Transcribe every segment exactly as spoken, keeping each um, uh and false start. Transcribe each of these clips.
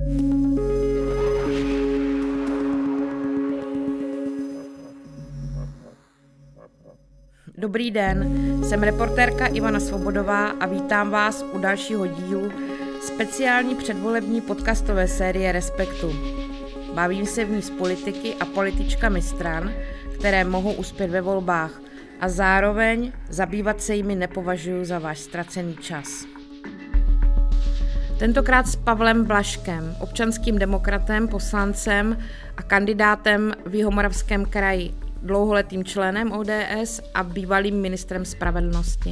Dobrý den, jsem reportérka Ivana Svobodová a vítám vás u dalšího dílu speciální předvolební podcastové série Respektu. Bavím se v ní s politiky a političkami stran, které mohou uspět ve volbách, a zároveň zabývat se jimi nepovažuji za váš ztracený čas. Tentokrát s Pavlem Blažkem, občanským demokratem, poslancem a kandidátem v Jihomoravském kraji, dlouholetým členem O D S a bývalým ministrem spravedlnosti.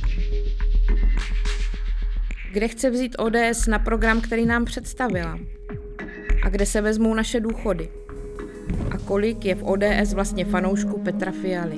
Kde chce vzít O D S na program, který nám představila? A kde se vezmou naše důchody? A kolik je v O D S vlastně fanoušků Petra Fialy?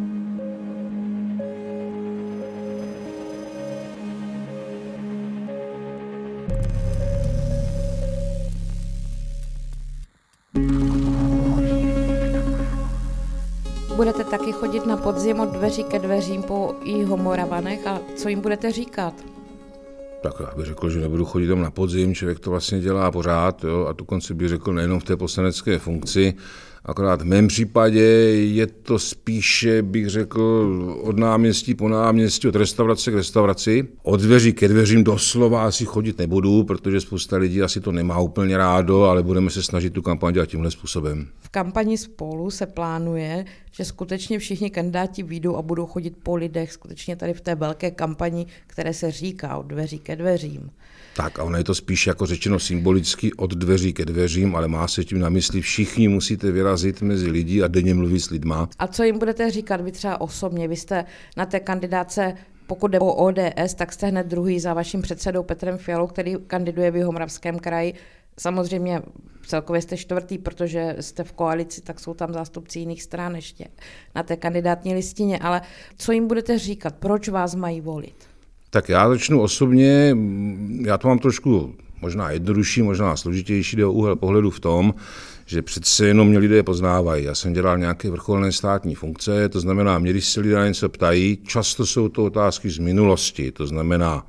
Budete taky chodit na podzim od dveří ke dveřím po Jihomoravanech a co jim budete říkat? Tak já bych řekl, že nebudu chodit tam na podzim, člověk to vlastně dělá pořád, jo, a dokonce bych řekl nejenom v té poslanecké funkci, akorát v mém případě je to spíše, bych řekl, od náměstí po náměstí, od restaurace k restauraci. Od dveří ke dveřím doslova asi chodit nebudu, protože spousta lidí asi to nemá úplně rádo, ale budeme se snažit tu kampaň dělat tímhle způsobem. V kampani Spolu se plánuje, že skutečně všichni kandidáti vyjdou a budou chodit po lidech, skutečně tady v té velké kampani, které se říká od dveří ke dveřím. Tak a ono je to spíš jako řečeno symbolicky od dveří ke dveřím, ale má se tím na mysli, všichni musíte vyrazit mezi lidi a denně mluvit s lidma. A co jim budete říkat vy třeba osobně? Vy jste na té kandidáce, pokud jde o O D S, tak jste hned druhý za vaším předsedou Petrem Fialou, který kandiduje v Jihomoravském kraji. Samozřejmě celkově jste čtvrtý, protože jste v koalici, tak jsou tam zástupci jiných stran ještě na té kandidátní listině. Ale co jim budete říkat? Proč vás mají volit? Tak já začnu osobně, já to mám trošku možná jednodušší, možná složitější, jde o úhel pohledu v tom, že přece jenom mě lidé poznávají. Já jsem dělal nějaké vrcholné státní funkce, to znamená, mě když se lidé na něco ptají, často jsou to otázky z minulosti, to znamená,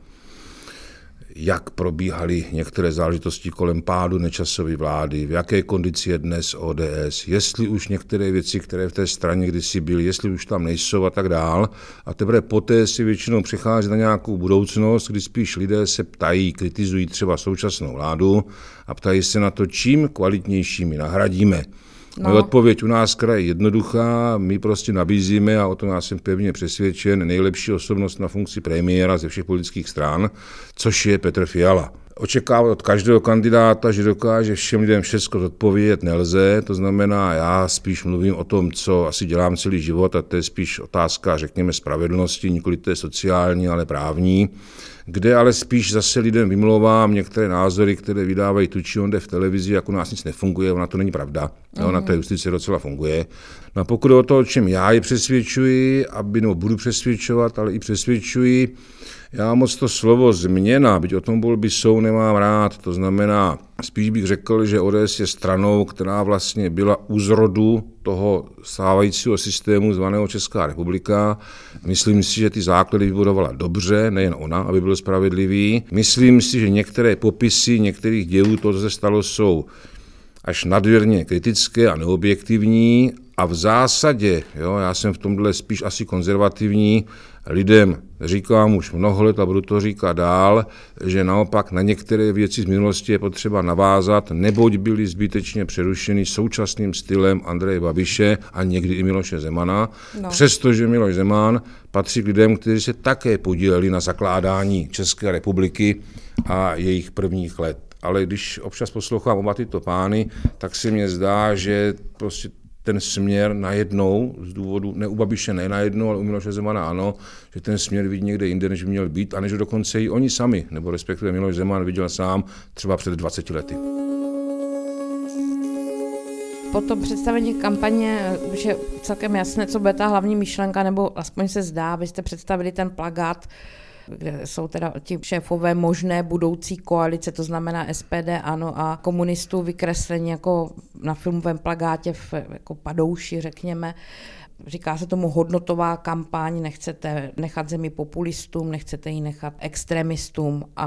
jak probíhaly některé záležitosti kolem pádu Nečasovy vlády, v jaké kondici je dnes O D S, jestli už některé věci, které v té straně kdysi byly, jestli už tam nejsou a tak dál. A teprve poté si většinou přechází na nějakou budoucnost, kdy spíš lidé se ptají, kritizují třeba současnou vládu a ptají se na to, čím kvalitnějšími nahradíme. No. Moje odpověď u nás kraje je jednoduchá, my prostě nabízíme, a o tom já jsem pevně přesvědčen, nejlepší osobnost na funkci premiéra ze všech politických stran, což je Petr Fiala. Očekávat od každého kandidáta, že dokáže všem lidem všechno zodpovědět, nelze, to znamená, já spíš mluvím o tom, co asi dělám celý život, a to je spíš otázka, řekněme, spravedlnosti, nikoli té sociální, ale právní, kde ale spíš zase lidem vymlouvám některé názory, které vydávají tu či onde v televizi, jako u nás nic nefunguje, ona to není pravda, mm. ona té justice docela funguje. No a pokud o to, o čem já je přesvědčuji, aby, no, budu přesvědčovat, ale i přesvědčuji, já moc to slovo změna, byť o tom volby jsou, nemám rád, to znamená, spíš bych řekl, že O D S je stranou, která vlastně byla u zrodu toho stávajícího systému zvaného Česká republika. Myslím si, že ty základy vybudovala dobře, nejen ona, aby byl spravedlivý. Myslím si, že některé popisy některých dějů, to, co se stalo, jsou až nadměrně kritické a neobjektivní, a v zásadě, jo, já jsem v tomhle spíš asi konzervativní, lidem říkám už mnoho let a budu to říkat dál, že naopak na některé věci z minulosti je potřeba navázat, neboť byly zbytečně přerušeny současným stylem Andreje Babiše a někdy i Miloše Zemana, no. Přestože Miloš Zeman patří k lidem, kteří se také podíleli na zakládání České republiky a jejich prvních let. Ale když občas poslouchám oba tyto pány, tak se mně zdá, že prostě ten směr najednou, z důvodu, ne u Babiše ne najednou, ale u Miloše Zemana ano, že ten směr vidí někde jinde, než by měl být, a než dokonce i oni sami, nebo respektive Miloš Zeman viděl sám třeba před dvaceti lety. Po tom představení kampaně už je celkem jasné, co bude ta hlavní myšlenka, nebo aspoň se zdá, vy jste představili ten plakát, kde jsou teda ti šéfové možné budoucí koalice, to znamená S P D, ANO a komunistů, vykreslení jako na filmovém plakátě v jako padouši, řekněme. Říká se tomu hodnotová kampaň, nechcete nechat zemi populistům, nechcete ji nechat extremistům a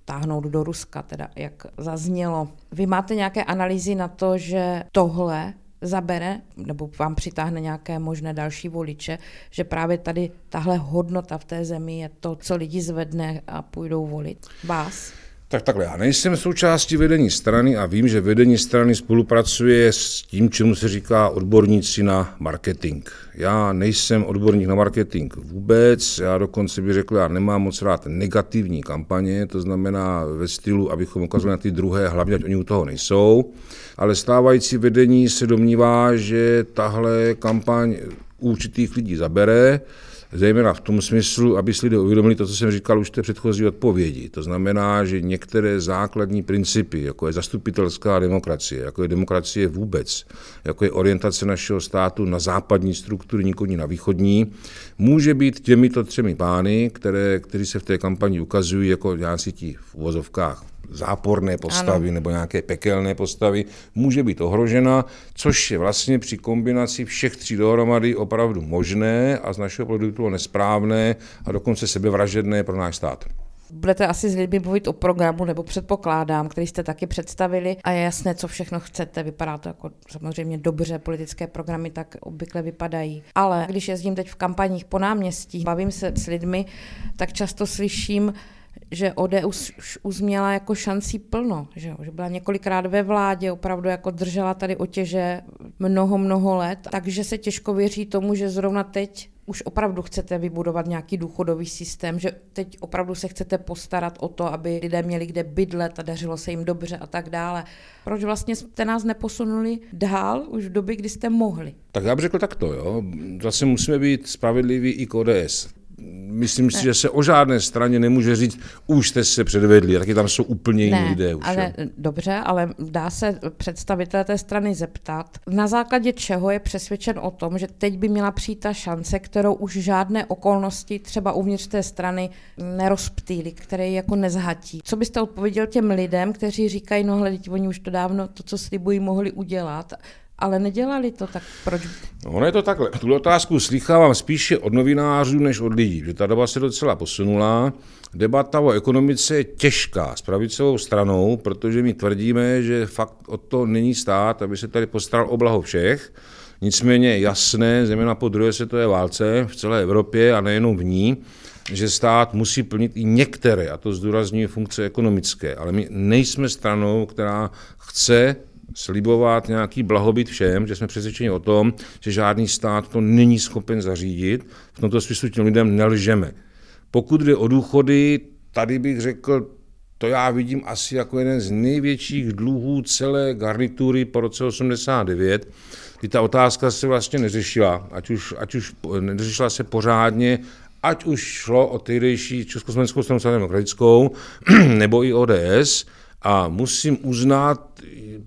vtáhnout do Ruska, teda jak zaznělo. Vy máte nějaké analýzy na to, že tohle zabere, nebo vám přitáhne nějaké možné další voliče, že právě tady tahle hodnota v té zemi je to, co lidi zvedne a půjdou volit vás? Tak takhle, já nejsem součástí vedení strany a vím, že vedení strany spolupracuje s tím, čemu se říká odborníci na marketing. Já nejsem odborník na marketing vůbec, já dokonce bych řekl, já nemám moc rád negativní kampaně, to znamená ve stylu, abychom ukazovali na ty druhé, hlavně ať oni u toho nejsou, ale stávající vedení se domnívá, že tahle kampaň určitých lidí zabere, zejména v tom smyslu, aby si lidé uvědomili to, co jsem říkal už v té předchozí odpovědi. To znamená, že některé základní principy, jako je zastupitelská demokracie, jako je demokracie vůbec, jako je orientace našeho státu na západní struktury, nikoli na východní, může být těmito třemi pány, které, kteří se v té kampani ukazují jako nějací ti v uvozovkách záporné postavy ano. nebo nějaké pekelné postavy, může být ohrožena, což je vlastně při kombinaci všech tří dohromady opravdu možné a z našeho pohledu bylo nesprávné a dokonce sebevražedné pro náš stát. Budete asi s lidmi mluvit o programu, nebo předpokládám, který jste taky představili a je jasné, co všechno chcete. Vypadá to jako samozřejmě dobře, politické programy tak obvykle vypadají. Ale když jezdím teď v kampaních po náměstí, bavím se s lidmi, tak často slyším, že O D S už, už měla jako šancí plno, že, že byla několikrát ve vládě, opravdu jako držela tady otěže mnoho, mnoho let, takže se těžko věří tomu, že zrovna teď už opravdu chcete vybudovat nějaký důchodový systém, že teď opravdu se chcete postarat o to, aby lidé měli kde bydlet a dařilo se jim dobře a tak dále. Proč vlastně jste nás neposunuli dál už v době, kdy jste mohli? Tak já bych řekl takto, jo. Zase musíme být spravedliví i k O D S. Myslím si, že se o žádné straně nemůže říct, už jste se předvedli, taky tam jsou úplně jiní ne, lidé. Už, ale dobře, ale dá se představitelé té strany zeptat, na základě čeho je přesvědčen o tom, že teď by měla přijít ta šance, kterou už žádné okolnosti třeba uvnitř té strany nerozptýly, které ji jako nezhatí. Co byste odpověděl těm lidem, kteří říkají, no hledajte, oni už to dávno, to, co slibují, mohli udělat, ale nedělali to, tak proč? No, ono je to takhle. Tu otázku slýchávám spíše od novinářů, než od lidí, že ta doba se docela posunula. Debata o ekonomice je těžká s pravicovou stranou, protože my tvrdíme, že fakt o to není stát, aby se tady postaral o blaho všech. Nicméně je jasné, zejména po druhé světové válce v celé Evropě a nejenom v ní, že stát musí plnit i některé, a to zdůrazňují funkce ekonomické. Ale my nejsme stranou, která chce slibovat nějaký blahobyt všem, že jsme přesvědčeni o tom, že žádný stát to není schopen zařídit. V tomto smyslu těm lidem nelžeme. Pokud jde o důchody, tady bych řekl, to já vidím asi jako jeden z největších dluhů celé garnitury po roce osmdesát devět, kdy ta otázka se vlastně neřešila, ať už, ať už neřešila se pořádně, ať už šlo o tehdejší Československou stranu demokratickou, nebo i O D S. A musím uznat,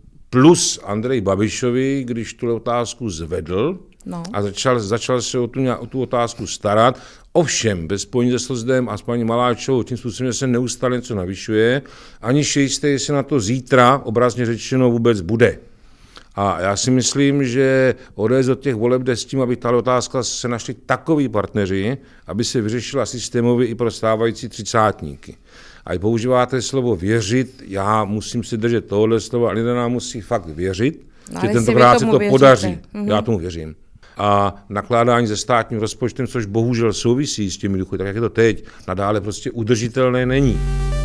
plus Andrej Babišovi, když tu otázku zvedl no. a začal, začal se o tu, o tu otázku starat, ovšem bez spojení se Slozdem a s paní Maláčovou, tím způsobem se neustále něco navyšuje, aniž je jisté, jestli na to zítra, obrazně řečeno, vůbec bude. A já si myslím, že O D S od těch voleb jde s tím, aby ta otázka se našli takoví partneři, aby se vyřešila systémově i pro stávající třicátníky. A používáte slovo věřit, já musím si držet tohle slovo a lidé nám musí fakt věřit, no, že tentokrát se to věříte. Podaří. Mm-hmm. Já tomu věřím. A nakládání se státním rozpočtem, což bohužel souvisí s těmi důchody, tak jak je to teď, nadále prostě udržitelné není.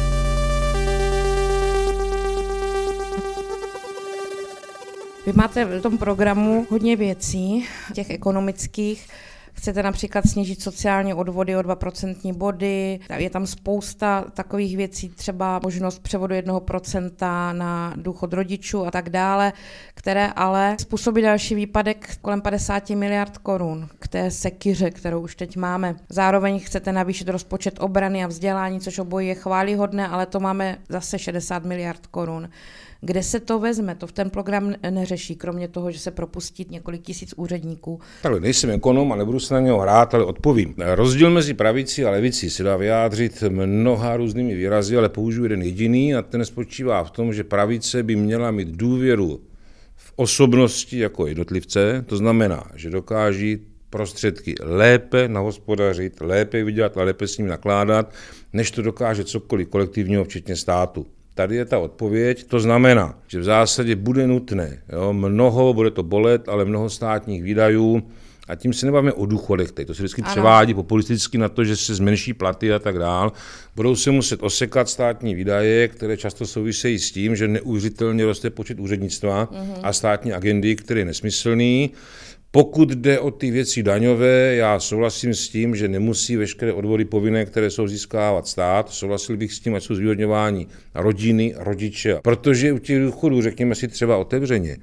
Vy máte v tom programu hodně věcí, těch ekonomických. Chcete například snížit sociální odvody o dva procentní body, je tam spousta takových věcí, třeba možnost převodu jednoho procenta na důchod rodičů a tak dále, které ale způsobí další výpadek kolem padesát miliard korun k té sekyře, kterou už teď máme. Zároveň chcete navýšit rozpočet obrany a vzdělání, což obojí je chvályhodné, ale to máme zase šedesát miliard korun. Kde se to vezme? To v ten program neřeší, kromě toho, že se propustí několik tisíc úředníků. Takhle, nejsem ekonom a nebudu se na něho hrát, ale odpovím. Rozdíl mezi pravicí a levicí se dá vyjádřit mnoha různými výrazy, ale použiju jeden jediný a ten spočívá v tom, že pravice by měla mít důvěru v osobnosti jako jednotlivce, to znamená, že dokáží prostředky lépe nahospodařit, lépe vydělat a lépe s ním nakládat, než to dokáže cokoliv kolektivního, včetně státu. Tady je ta odpověď, to znamená, že v zásadě bude nutné, jo, mnoho, bude to bolet, ale mnoho státních výdajů, a tím se nebavíme o důchodech, teď to se vždycky převádí populisticky na to, že se zmenší platy a tak dál. Budou se muset osekat státní výdaje, které často souvisejí s tím, že neuvěřitelně roste počet úřednictva mm-hmm. a státní agendy, který je nesmyslný. Pokud jde o ty věci daňové, já souhlasím s tím, že nemusí veškeré odvody povinné, které jsou získávat stát. Souhlasil bych s tím, ať jsou zvýhodňováni rodiny, rodiče. Protože u těch důchodů, řekněme si třeba otevřeně,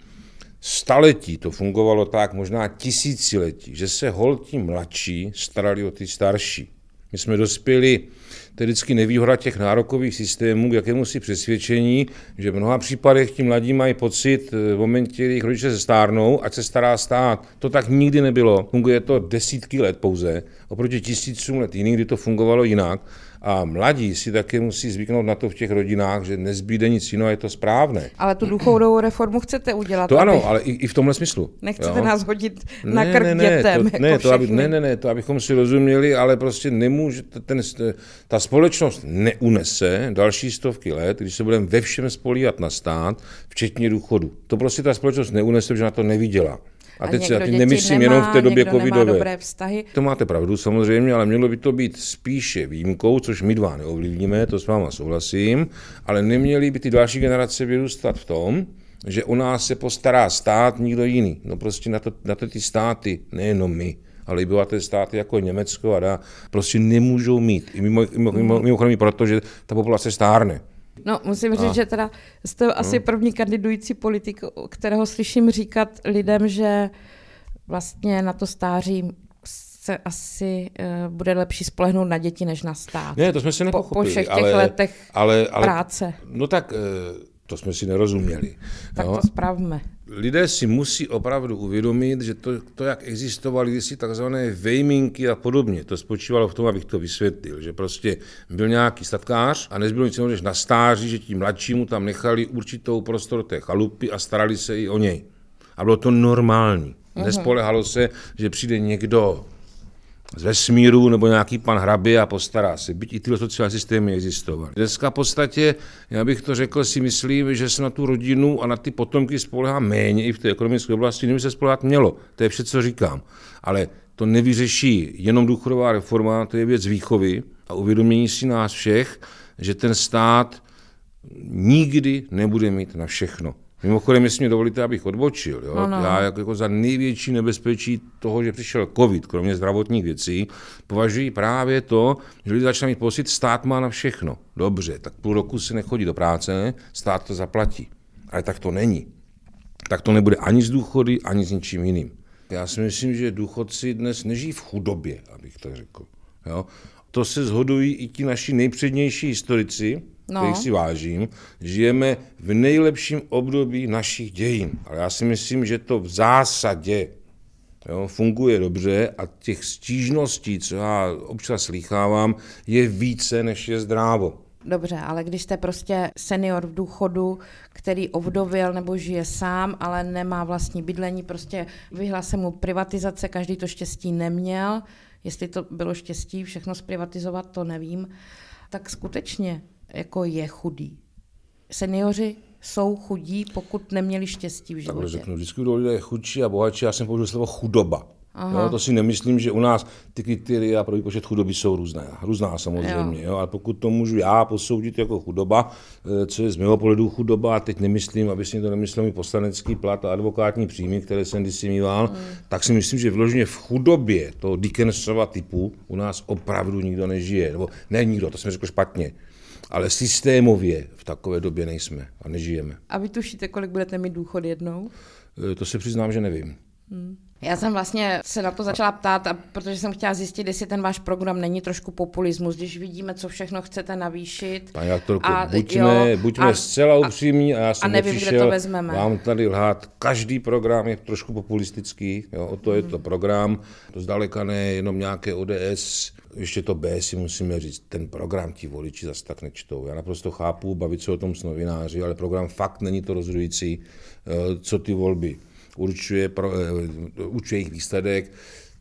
staletí to fungovalo tak, možná tisíciletí, že se holt ti mladší starali o ty starší. My jsme dospěli, to je vždycky nevýhoda těch nárokových systémů, k jakému si přesvědčení, že v mnoha případech ti mladí mají pocit v momentě, kdy jejich rodiče se stárnou, ať se stará stát. To tak nikdy nebylo. Funguje to desítky let pouze, oproti tisícům let jiných, kdy to fungovalo jinak. A mladí si také musí zvyknout na to v těch rodinách, že nezbýde nic jiného, je to správné. Ale tu důchodovou reformu chcete udělat. To aby... ano, ale i, i v tomhle smyslu. Nechcete jo? nás hodit na krk ne, ne, dětem. To, jako ne, to aby, ne, ne, ne, to abychom si rozuměli, ale prostě nemůže, ten, ta společnost neunese další stovky let, když se budeme ve všem spolíhat na stát, včetně důchodu. To prostě ta společnost neunese, že na to nevydělá. A, a teď se nemyslím nemá, jenom v té době covidové. Dobré vztahy. To máte pravdu samozřejmě, ale mělo by to být spíše výjimkou, což my dva neovlivníme, to s váma souhlasím, ale neměly by ty další generace vyrůstat v tom, že o nás se postará stát, nikdo jiný. No prostě na to, na to ty státy, nejenom my, ale i bohaté státy jako Německo a dá, prostě nemůžou mít. I mimo, mimo, mimo, mimochodem proto, že ta populace stárne. No, musím říct, a. že teda jste asi no. první kandidující politik, kterého slyším říkat lidem, že vlastně na to stáří se asi uh, bude lepší spolehnout na děti, než na stát. Ne, to jsme si nepochopili. Po, po všech těch ale, letech ale, ale, práce. No tak uh, to jsme si nerozuměli. Tak no. to spravme. Lidé si musí opravdu uvědomit, že to, to jak existovaly kdysi takzvané vejminky a podobně, to spočívalo v tom, abych to vysvětlil, že prostě byl nějaký statkář a nezbylo nic jiného, než na stáří, že tím mladšímu tam nechali určitou prostor té chalupy a starali se i o něj. A bylo to normální. Uh-huh. Nespolehalo se, že přijde někdo z vesmíru nebo nějaký pan hrabě a postará se. Byť i tyhle sociální systémy existovaly. Dneska v podstatě, já bych to řekl, si myslím, že se na tu rodinu a na ty potomky spolehá méně i v té ekonomické oblasti, než se spoléhat mělo. To je vše, co říkám. Ale to nevyřeší jenom důchodová reforma, to je věc výchovy a uvědomění si nás všech, že ten stát nikdy nebude mít na všechno. Mimochodem, jestli mě dovolíte, abych odbočil. Jo? No, no. Já jako, jako za největší nebezpečí toho, že přišel covid, kromě zdravotních věcí, považuji právě to, že lidi začínají mít pocit, stát má na všechno. Dobře, tak půl roku se nechodí do práce, stát to zaplatí. Ale tak to není. Tak to nebude ani z důchody, ani s ničím jiným. Já si myslím, že důchodci dnes nežijí v chudobě, abych to řekl. Jo? To se shodují i ti naši nejpřednější historici, no. kterých si vážím, žijeme v nejlepším období našich dějin. Ale já si myslím, že to v zásadě jo, funguje dobře a těch stížností, co já občas slýchávám, je více, než je zdrávo. Dobře, ale když jste prostě senior v důchodu, který ovdověl nebo žije sám, ale nemá vlastní bydlení, prostě vyhla se mu privatizace, každý to štěstí neměl, jestli to bylo štěstí, všechno zprivatizovat, to nevím, tak skutečně jako je chudý. Seniori jsou chudí, pokud neměli štěstí v životě. Takhle řeknu, vždycky budou lidé chudší a bohatší, já jsem použil slovo chudoba. Jo, to si nemyslím, že u nás ty kritéria pro výpočet chudoby jsou různé. Různá samozřejmě, jo. Jo, ale pokud to můžu já posoudit jako chudoba, co je z mého pohledu chudoba, a teď nemyslím, aby si to nemyslel mi poslanecký plat a advokátní příjmy, které jsem kdysi mýval, hmm. tak si myslím, že vyloženě v chudobě toho Dickensova typu u nás opravdu nikdo nežije. Nebo ne nikdo, to jsem řekl špatně. Ale systémově v takové době nejsme a nežijeme. A vy tušíte, kolik budete mít důchod jednou? To se přiznám, že nevím. Hmm. Já jsem vlastně se na to začala ptát, a protože jsem chtěla zjistit, jestli ten váš program není trošku populismus, když vidíme, co všechno chcete navýšit. Paní aktorko, buďme, jo, buďme a, zcela upřímní a já jsem a nevím, nepřišel kde to vezmeme. Vám tady lhát. Každý program je trošku populistický, jo, o to hmm. je to program, to zdaleka ne jenom nějaké O D S, ještě to B si musíme říct, ten program ti voliči zase tak nečtou. Já naprosto chápu, bavit se o tom s novináři, ale program fakt není to rozhodující, co ty volby určuje, pro, určuje jejich výsledek.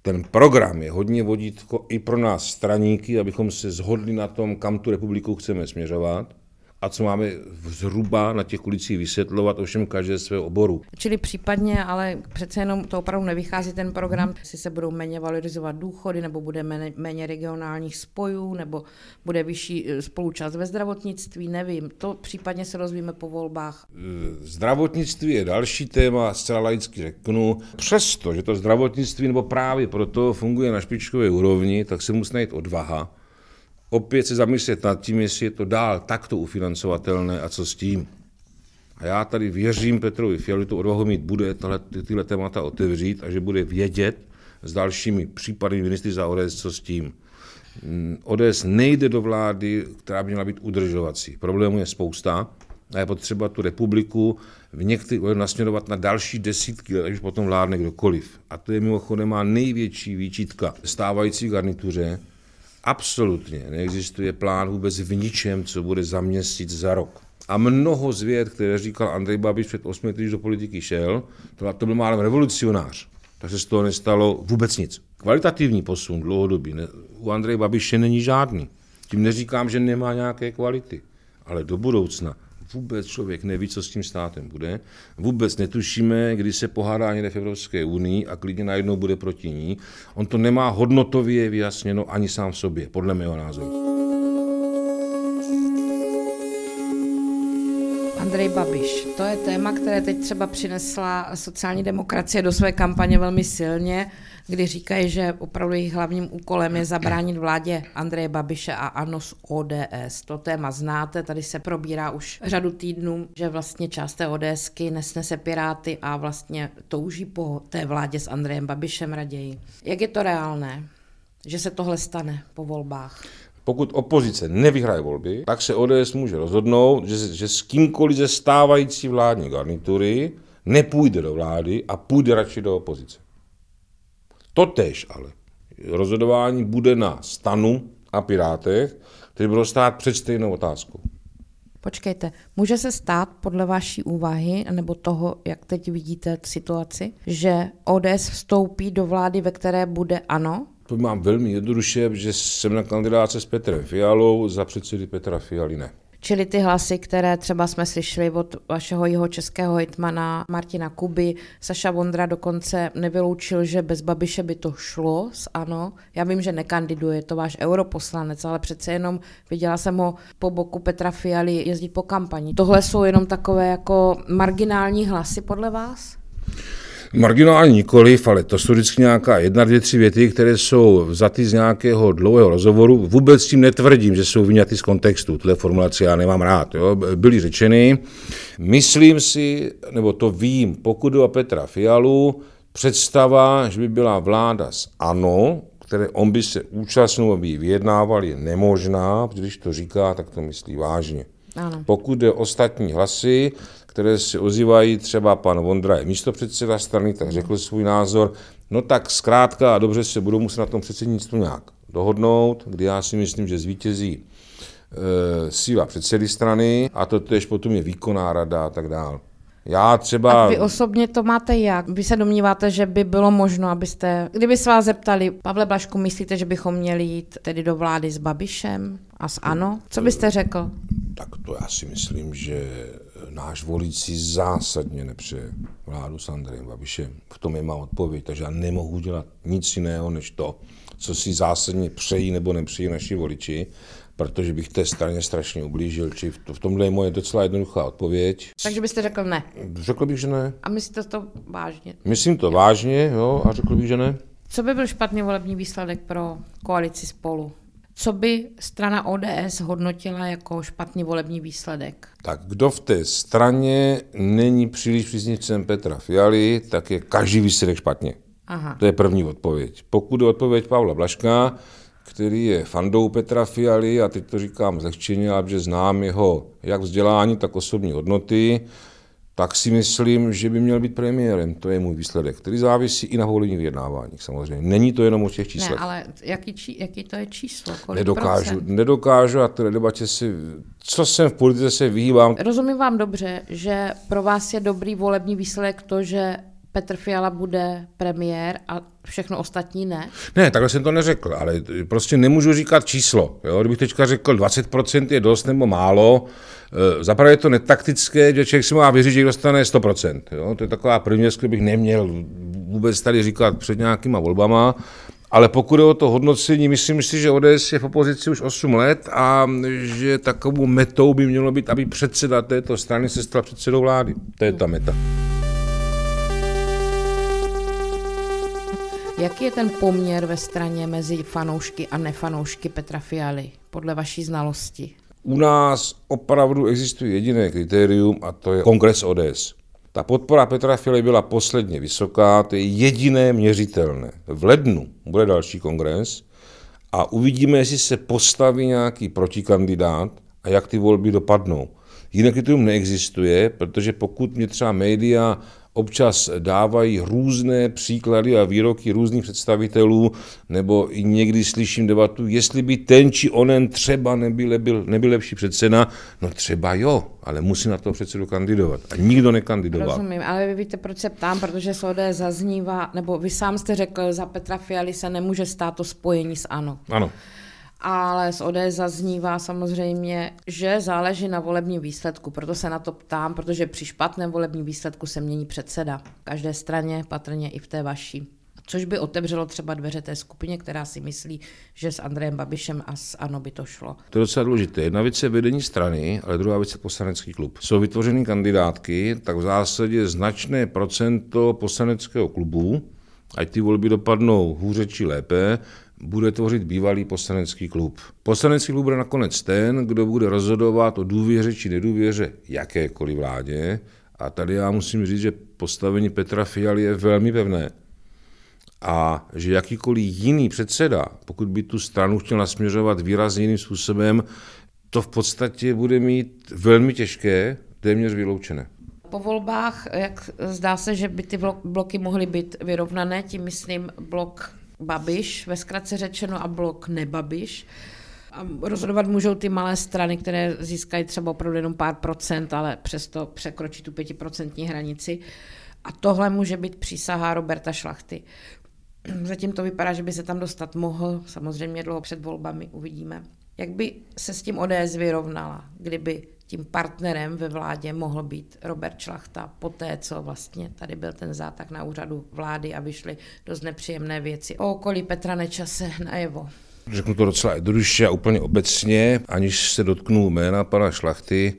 Ten program je hodně vodítko i pro nás straníky, abychom se shodli na tom, kam tu republiku chceme směřovat a co máme zhruba na těch ulicích vysvětlovat, ovšem každé svého oboru. Čili případně, ale přece jenom to opravdu nevychází ten program, jestli se budou méně valorizovat důchody, nebo bude méně, méně regionálních spojů, nebo bude vyšší spoluúčast ve zdravotnictví, nevím. To případně se rozvíme po volbách. Zdravotnictví je další téma, zcela laicky řeknu. Přesto, že to zdravotnictví, nebo právě proto funguje na špičkové úrovni, tak se musí najít odvaha. Opět se zamyslet nad tím, jestli je to dál takto ufinancovatelné a co s tím. A já tady věřím Petrovi Fialovi, to odvahu mít bude tahle, ty, tyhle témata otevřít a že bude vědět s dalšími případnými ministry za O D S, co s tím. O D S nejde do vlády, která by měla být udržovací. Problémů je spousta a je potřeba tu republiku v některých nasměrovat na další desítky let, až potom vládne kdokoliv. A to je mimochodem má největší výčitka stávající garnituře. Absolutně neexistuje plán vůbec v ničem, co bude za měsíc, za rok. A mnoho z věd, které říkal Andrej Babiš před osmi lety, když do politiky šel, to, to byl málem revolucionář. Tak se z toho nestalo vůbec nic. Kvalitativní posun dlouhodobý ne, u Andreje Babiše není žádný. Tím neříkám, že nemá nějaké kvality, ale do budoucna vůbec člověk neví, co s tím státem bude. Vůbec netušíme, kdy se pohádá někde v Evropské unii a klidně najednou bude proti ní. On to nemá hodnotově vyjasněno ani sám v sobě, podle mého názoru. Andrej Babiš, to je téma, které teď třeba přinesla sociální demokracie do své kampaně velmi silně, kdy říkají, že opravdu jejich hlavním úkolem je zabránit vládě Andreje Babiše a ANO z O D S. To téma znáte, tady se probírá už řadu týdnů, že vlastně část té ODSky nesnese Piráty a vlastně touží po té vládě s Andrejem Babišem raději. Jak je to reálné, že se tohle stane po volbách? Pokud opozice nevyhraje volby, tak se O D S může rozhodnout, že, že s kýmkoliv ze stávající vládní garnitury nepůjde do vlády a půjde radši do opozice. Totéž ale rozhodování bude na STANu a Pirátech, kteří budou stát před stejnou otázkou. Počkejte, může se stát podle vaší úvahy, nebo toho, jak teď vidíte situaci, že O D S vstoupí do vlády, ve které bude ANO? To mám velmi jednoduše, že jsem na kandidáce s Petrem Fialou, za předsedy Petra Fialy ne. Čili ty hlasy, které třeba jsme slyšeli od vašeho jihočeského hejtmana Martina Kuby, Saša Vondra dokonce nevyloučil, že bez Babiše by to šlo s ANO. Já vím, že nekandiduje, je to váš europoslanec, ale přece jenom viděla jsem ho po boku Petra Fialy jezdit po kampani. Tohle jsou jenom takové jako marginální hlasy podle vás? Marginální nikoliv, ale to jsou vždycky nějaká jedna, dvě, tři věty, které jsou vzaty z nějakého dlouhého rozhovoru. Vůbec tím netvrdím, že jsou vyňaty z kontextu. Tuhle formulaci já nemám rád. Jo? Byly řečeny. Myslím si, nebo to vím, pokud o Petra Fialu, představa, že by byla vláda s ANO, které on by se účastnil, aby vyjednával, je nemožná, protože když to říká, tak to myslí vážně. Ano. Pokud jde o ostatní hlasy, které se ozývají, třeba pan Vondra je místopředseda strany, tak řekl svůj názor, no tak zkrátka a dobře se budou muset na tom předsednictvu nějak dohodnout, kdy já si myslím, že zvítězí e, síla předsedy strany a to tež potom je výkonná rada a tak dál. Já třeba... A vy osobně to máte jak? Vy se domníváte, že by bylo možno, abyste, kdyby se vás zeptali, Pavle Blažku, myslíte, že bychom měli jít tedy do vlády s Babišem a s ANO? Co byste řekl? Tak to já si myslím, že náš volič si zásadně nepřeje vládu s Andrejem Babišem. V tom je má odpověď, takže já nemohu dělat nic jiného, než to, co si zásadně přejí nebo nepřejí naši voliči, protože bych té straně strašně ublížil. Či v tomhle je moje docela jednoduchá odpověď. Takže byste řekl ne? Řekl bych, že ne. A myslíte to vážně? Myslím to vážně, jo, a řekl bych, že ne. Co by byl špatný volební výsledek pro koalici Spolu? Co by strana O D S hodnotila jako špatný volební výsledek? Tak kdo v té straně není příliš příznivcem Petra Fialy, tak je každý výsledek špatně. Aha. To je první odpověď. Pokud je odpověď Pavla Blažka, který je fandou Petra Fialy, a teď to říkám zlehčeně, protože znám jeho jak vzdělání, tak osobní hodnoty, tak si myslím, že by měl být premiérem. To je můj výsledek, který závisí i na volebních vyjednáváních samozřejmě. Není to jenom o těch číslech. Ne, ale jaký, či, jaký to je číslo? Kolik nedokážu, procent? nedokážu a té debatě si, co jsem v politice se vyhýbám. Rozumím vám dobře, že pro vás je dobrý volební výsledek to, že Petr Fiala bude premiér a všechno ostatní ne? Ne, takhle jsem to neřekl, ale prostě nemůžu říkat číslo. Jo? Kdybych teďka řekl dvacet procent je dost nebo málo, zaprvé je to netaktické, že člověk si má věřit, že dostane sto procent. Jo? To je taková první věc, kterou bych neměl vůbec tady říkat před nějakýma volbama, ale pokud je o to hodnocení, myslím si, že O D S je v opozici už osm let a že takovou metou by mělo být, aby předseda této strany se stal předsedou vlády. To je ta meta. Jaký je ten poměr ve straně mezi fanoušky a nefanoušky Petra Fialy, podle vaší znalosti? U nás opravdu existuje jediné kritérium a to je kongres O D S. Ta podpora Petra Fialy byla posledně vysoká, to je jediné měřitelné. V lednu bude další kongres a uvidíme, jestli se postaví nějaký protikandidát a jak ty volby dopadnou. Jiné kritérium neexistuje, protože pokud mě třeba média občas dávají různé příklady a výroky různých představitelů, nebo i někdy slyším debatu, jestli by ten či onen třeba nebyl, nebyl, nebyl lepší předseda, no třeba jo, ale musí na toho předsedu kandidovat. A nikdo nekandidoval. Rozumím, ale vy víte, proč se ptám, protože z O D S zaznívá, nebo vy sám jste řekl, za Petra Fialy se nemůže stát to spojení s ANO. Ano. Ale z O D S zaznívá samozřejmě, že záleží na volebním výsledku, proto se na to ptám, protože při špatném volebním výsledku se mění předseda. V každé straně, patrně i v té vaší. Což by otevřelo třeba dveře té skupině, která si myslí, že s Andrejem Babišem a s ANO by to šlo. To je docela důležité. Jedna věc je vedení strany, ale druhá věc je poslanecký klub. Jsou vytvořeny kandidátky, tak v zásadě značné procento poslaneckého klubu, ať ty volby dopadnou hůře či lépe, bude tvořit bývalý poslanecký klub. Poslanecký klub bude nakonec ten, kdo bude rozhodovat o důvěře či nedůvěře jakékoliv vládě. A tady já musím říct, že postavení Petra Fialy je velmi pevné. A že jakýkoliv jiný předseda, pokud by tu stranu chtěl nasměřovat výrazně jiným způsobem, to v podstatě bude mít velmi těžké, téměř vyloučené. Po volbách, jak zdá se, že by ty bloky mohly být vyrovnané, tím myslím blok Babiš, ve zkratce řečeno, a blok nebabiš. A rozhodovat můžou ty malé strany, které získají třeba opravdu jenom pár procent, ale přesto překročí tu pětiprocentní hranici. A tohle může být přísaha Roberta Šlachty. Zatím to vypadá, že by se tam dostat mohl, samozřejmě dlouho před volbami, uvidíme. Jak by se s tím O D S vyrovnala, kdyby tím partnerem ve vládě mohl být Robert Šlachta, poté, co vlastně tady byl ten zátah na úřadu vlády a vyšly dost nepříjemné věci o okolí Petra Nečase najevo? Řeknu to docela jednoduše a úplně obecně, aniž se dotknu jména pana Šlachty,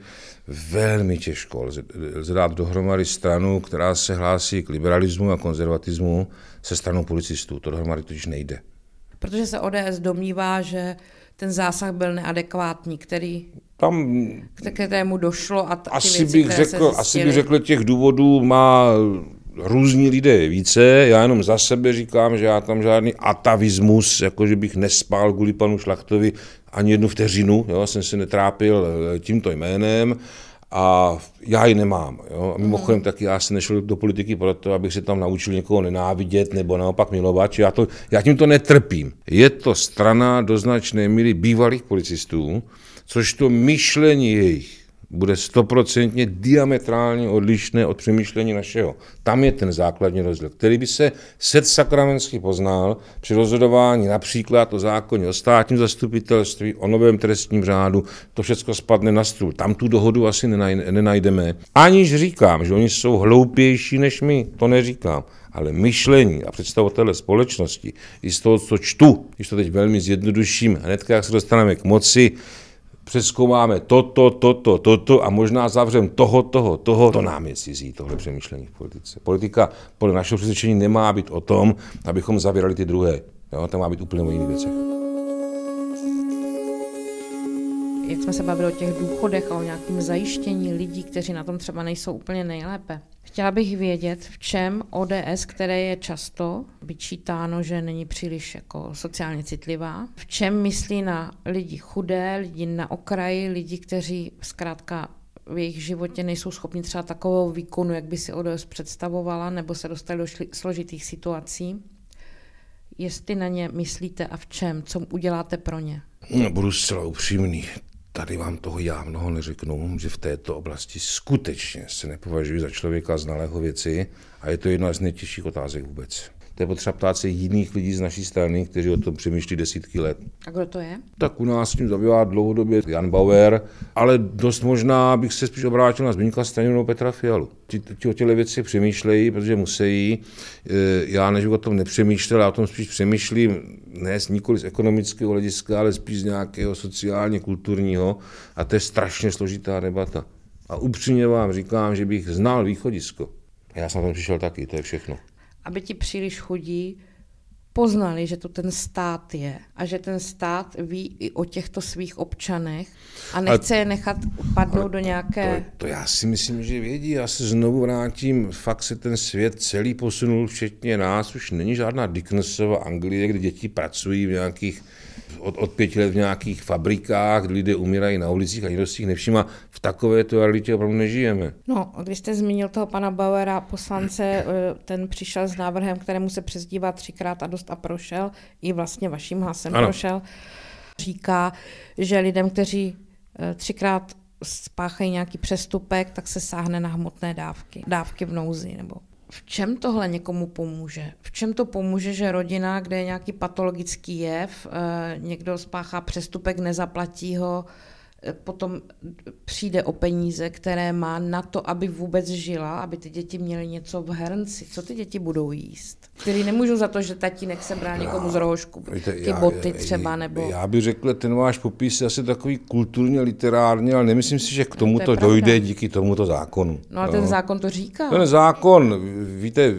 velmi těžko lze, lze dát dohromady stranu, která se hlásí k liberalismu a konzervatismu, se stranou policistů. To dohromady totiž nejde. Protože se O D S domnívá, že ten zásah byl neadekvátní, který tam k kterému došlo a ty asi věci, bych které řekl, se asi bych řekl, těch důvodů má různí lidé více. Já jenom za sebe říkám, že já tam žádný atavismus, jako že bych nespál kvůli panu Šlachtovi ani jednu vteřinu, jo, jsem se netrápil tímto jménem a já ji nemám. Jo. A mimochodem hmm. taky já jsem nešel do politiky proto, abych se tam naučil někoho nenávidět nebo naopak milovat. Já, to, já tím to netrpím. Je to strana do značné míry bývalých policistů, což to myšlení jejich bude stoprocentně diametrálně odlišné od přemýšlení našeho. Tam je ten základní rozdíl, který by se set sakramensky poznal při rozhodování například o zákoně o státním zastupitelství, o novém trestním řádu, to všechno spadne na stůl. Tam tu dohodu asi nenajdeme. Aniž říkám, že oni jsou hloupější než my, to neříkám. Ale myšlení a představitelé společnosti, i z toho, co čtu, když to teď velmi zjednoduším, hnedka, jak se dostaneme k moci, přezkoumáme toto, toto, toto a možná zavřeme toho, toho, toho. To nám je cizí, tohle přemýšlení v politice. Politika podle našeho přesvědčení nemá být o tom, abychom zavírali ty druhé. Jo, to má být úplně o jiných věcech. Jak jsme se bavili o těch důchodech a o nějakém zajištění lidí, kteří na tom třeba nejsou úplně nejlépe. Chtěla bych vědět, v čem O D S, které je často vyčítáno, že není příliš jako sociálně citlivá, v čem myslí na lidi chudé, lidi na okraji, lidi, kteří zkrátka v jejich životě nejsou schopni třeba takového výkonu, jak by si O D S představovala, nebo se dostali do složitých situací. Jestli na ně myslíte a v čem, co uděláte pro ně? No, budu zcela upřímný. tady vám toho já mnoho neřeknu, že v této oblasti skutečně se nepovažuji za člověka znalého věci a je to jedna z nejtěžších otázek vůbec. To je potřeba ptát se jiných lidí z naší strany, kteří o tom přemýšlí desítky let. A kdo to je? Tak u nás s tím zabývá dlouhodobě Jan Bauer, ale dost možná bych se spíš obrátil na Zbyňka Stanjuru, Petra Fialu. Ti, ti o těchto věci přemýšlejí, protože musí. Já než o tom nepřemýšlel, já o tom spíš přemýšlím, ne nikoli z ekonomického hlediska, ale spíš z nějakého sociálně kulturního a to je strašně složitá debata. A upřímně vám říkám, že bych znal východisko. Já jsem na tom přišel taky, to je všechno. Aby ti příliš chudí poznali, že to ten stát je a že ten stát ví i o těchto svých občanech a nechce je nechat upadnout do nějaké... To, to já si myslím, že vědí. Já se znovu vrátím. Fakt se ten svět celý posunul, včetně nás. Už není žádná Dickensova Anglie, kde děti pracují v nějakých, od, od pěti let v nějakých fabrikách, kde lidé umírají na ulicích a nikdo si jich nevšimá. V takovéto realitě opravdu nežijeme. No, když jste zmínil toho pana Bauera, poslance, ten přišel s návrhem, kterému se přezdívá třikrát a dost a prošel, i vlastně vaším hlasem ano. prošel. Říká, že lidem, kteří třikrát spáchají nějaký přestupek, tak se sáhne na hmotné dávky, dávky v nouzi. Nebo v čem tohle někomu pomůže? V čem to pomůže, že rodina, kde je nějaký patologický jev, někdo spáchá přestupek, nezaplatí ho, potom přijde o peníze, které má na to, aby vůbec žila, aby ty děti měly něco v hrnci. Co ty děti budou jíst? Který nemůžou za to, že tatínek sebral někomu z rohošku. Ty boty třeba, nebo... Já bych řekl, ten váš popis je asi takový kulturně literární, ale nemyslím si, že k tomuto to dojde díky tomuto zákonu. No a ten no. zákon to říká. Ten zákon, víte,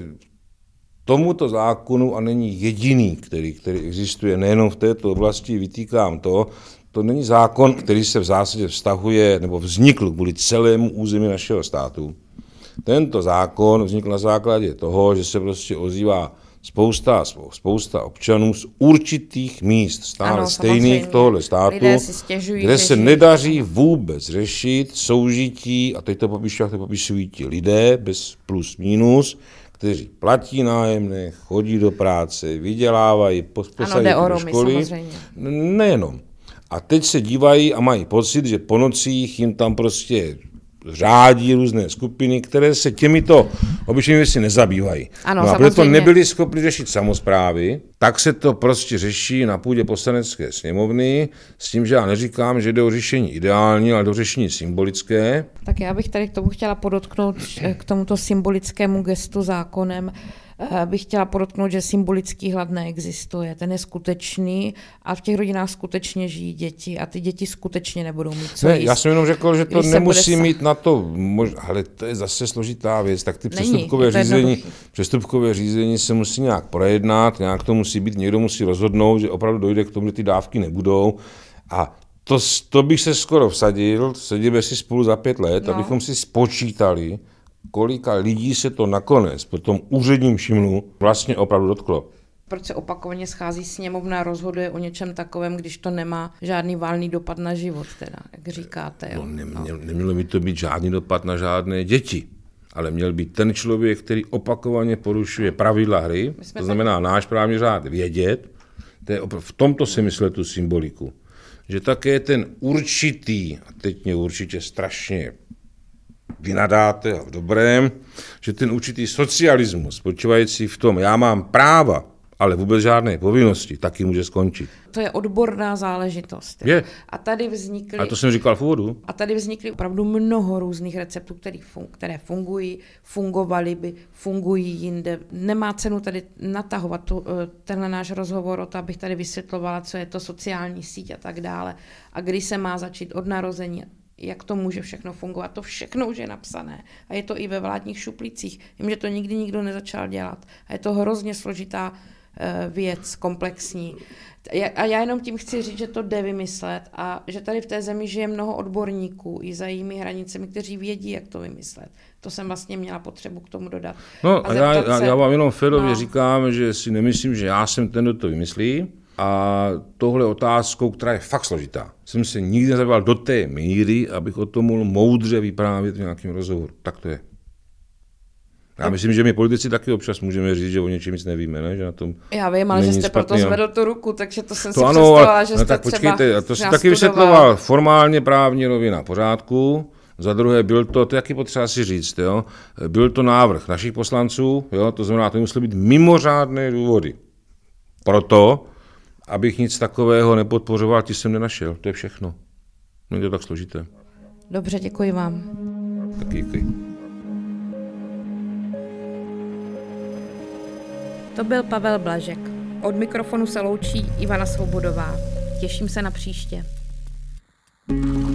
tomuto zákonu, a není jediný, který, který existuje nejenom v této oblasti, vytýkám to, to není zákon, který se v zásadě vztahuje nebo vznikl kvůli celému území našeho státu. Tento zákon vznikl na základě toho, že se prostě ozývá spousta, spousta občanů z určitých míst, stále ano, stejných tohoto státu, stěžují, kde se nedaří vůbec řešit soužití, a teď to popíšu, jak to popisují ti lidé, bez plus minus, kteří platí nájemné, chodí do práce, vydělávají, posadí do školy. Samozřejmě. Nejenom. A teď se dívají a mají pocit, že po nocích jim tam prostě řádí různé skupiny, které se těmito obyčejnými věci nezabývají. Ano, no a protože to nebyli schopni řešit samosprávy, tak se to prostě řeší na půdě Poslanecké sněmovny, s tím, že já neříkám, že jde o řešení ideální, ale do řešení symbolické. Tak já bych tady k tomu chtěla podotknout, k tomuto symbolickému gestu zákonem, bych chtěla podotknout, že symbolický hlad neexistuje, ten je skutečný a v těch rodinách skutečně žijí děti a ty děti skutečně nebudou mít co ne, jíst. Já jsem jenom řekl, že to nemusí mít na to, mož... ale to je zase složitá věc, tak ty přestupkové řízení, přestupkové řízení se musí nějak projednat, nějak to musí být, někdo musí rozhodnout, že opravdu dojde k tomu, že ty dávky nebudou a to, to bych se skoro vsadil, sedíme si spolu za pět let, no. abychom si spočítali, kolika lidí se to nakonec po tom úředním šimlu vlastně opravdu dotklo. Proč se opakovaně schází sněmovna, rozhoduje o něčem takovém, když to nemá žádný valný dopad na život, teda, jak říkáte. Jo? No, neměl, nemělo by to být žádný dopad na žádné děti, ale měl být ten člověk, který opakovaně porušuje pravidla hry, to znamená tak... náš právní řád, vědět, to je opr- v tomto si myslel tu symboliku, že také ten určitý, a teď mě určitě strašně vy nadáte a v dobrém, že ten určitý socialismus, spočívající v tom, já mám práva, ale vůbec žádné povinnosti, taky může skončit. To je odborná záležitost. Je. A tady vznikly... A to jsem říkal v úvodu. A tady vznikly opravdu mnoho různých receptů, které, fun, které fungují, fungovaly by, fungují jinde. Nemá cenu tady natahovat tu, tenhle náš rozhovor o to, abych tady vysvětlovala, co je to sociální síť a tak dále. A kdy se má začít od narození, jak to může všechno fungovat. To všechno už je napsané. A je to i ve vládních šuplících. Vím, že to nikdy nikdo nezačal dělat. A je to hrozně složitá věc, komplexní. A já jenom tím chci říct, že to jde vymyslet a že tady v té zemi žije mnoho odborníků i za jejími hranicemi, kteří vědí, jak to vymyslet. To jsem vlastně měla potřebu k tomu dodat. No a, a já, já, se... já vám jenom férově no. říkám, že si nemyslím, že já jsem ten, kdo to vymyslí. A tohle otázkou, která je fakt složitá, jsem se nikdy nezabýval do té míry, abych o tom mohl moudře vyprávět v nějakém rozhovoru. Tak to je. Já myslím, že my politici taky občas můžeme říct, že o něčem nic nevíme, ne? Že na tom já vím, ale že jste proto zvedl tu ruku, takže to jsem to si ano, představila, že no, jste tak třeba počkejte, to si taky vysvětloval, formálně právní rovina pořádku, za druhé byl to, to je jaký potřeba si říct, jo? Byl to návrh našich poslanců, jo? To znamená, to musely být mimořádné důvody. Proto, abych nic takového nepodpořoval, ti jsem nenašel, to je všechno. Není to tak složité. Dobře, děkuji vám. Taky děkuji. To byl Pavel Blažek. Od mikrofonu se loučí Ivana Svobodová. Těším se na příště.